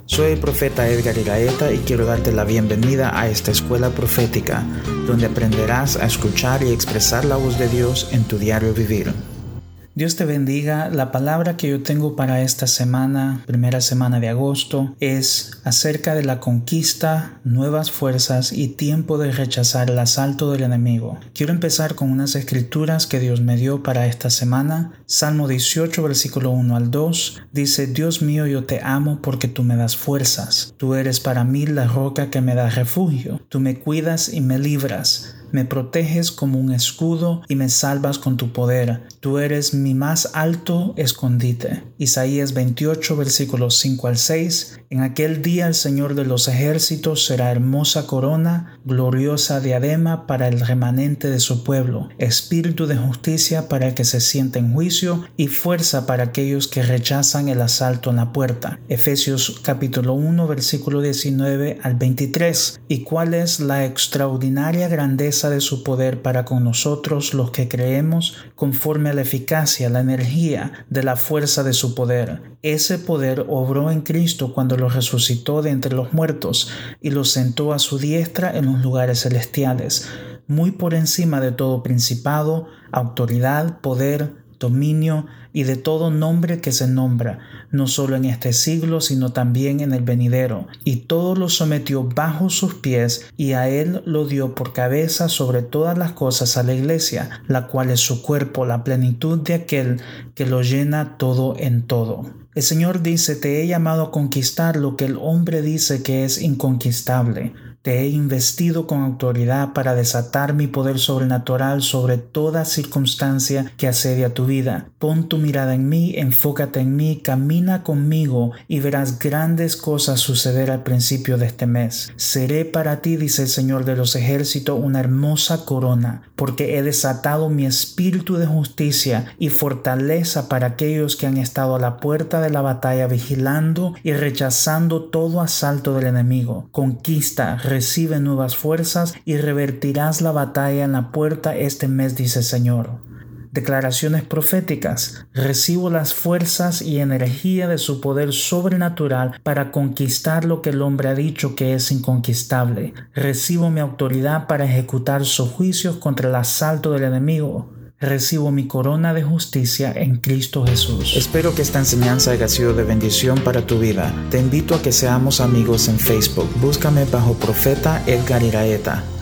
Soy el profeta Edgar Iraeta y quiero darte la bienvenida a esta escuela profética, donde aprenderás a escuchar y expresar la voz de Dios en tu diario vivir. Dios te bendiga. La palabra que yo tengo para esta semana, primera semana de agosto, es acerca de la conquista, nuevas fuerzas y tiempo de rechazar el asalto del enemigo. Quiero empezar con unas escrituras que Dios me dio para esta semana. Salmo 18, versículo 1 al 2, dice: Dios mío, yo te amo porque tú me das fuerzas. Tú eres para mí la roca que me da refugio. Tú me cuidas y me libras. Me proteges como un escudo y me salvas con tu poder. Tú eres mi más alto escondite. Isaías 28, versículos 5 al 6. En aquel día el Señor de los ejércitos será hermosa corona, gloriosa diadema para el remanente de su pueblo, espíritu de justicia para el que se siente en juicio y fuerza para aquellos que rechazan el asalto en la puerta. Efesios capítulo 1, versículo 19 al 23. ¿Y cuál es la extraordinaria grandeza de su poder para con nosotros los que creemos, conforme a la eficacia, la energía de la fuerza de su poder? Ese poder obró en Cristo cuando lo resucitó de entre los muertos y lo sentó a su diestra en los lugares celestiales, muy por encima de todo principado, autoridad, poder, dominio y de todo nombre que se nombra, no solo en este siglo, sino también en el venidero. Y todo lo sometió bajo sus pies, y a él lo dio por cabeza sobre todas las cosas a la iglesia, la cual es su cuerpo, la plenitud de aquel que lo llena todo en todo. El Señor dice: te he llamado a conquistar lo que el hombre dice que es inconquistable. Te he investido con autoridad para desatar mi poder sobrenatural sobre toda circunstancia que asedia tu vida. Pon tu mirada en mí, enfócate en mí, camina conmigo y verás grandes cosas suceder al principio de este mes. Seré para ti, dice el Señor de los ejércitos, una hermosa corona, porque he desatado mi espíritu de justicia y fortaleza para aquellos que han estado a la puerta de la batalla vigilando y rechazando todo asalto del enemigo. Conquista, recibe nuevas fuerzas y revertirás la batalla en la puerta este mes, dice el Señor. Declaraciones proféticas. Recibo las fuerzas y energía de su poder sobrenatural para conquistar lo que el hombre ha dicho que es inconquistable. Recibo mi autoridad para ejecutar sus juicios contra el asalto del enemigo. Recibo mi corona de justicia en Cristo Jesús. Espero que esta enseñanza haya sido de bendición para tu vida. Te invito a que seamos amigos en Facebook. Búscame bajo Profeta Edgar Iraeta.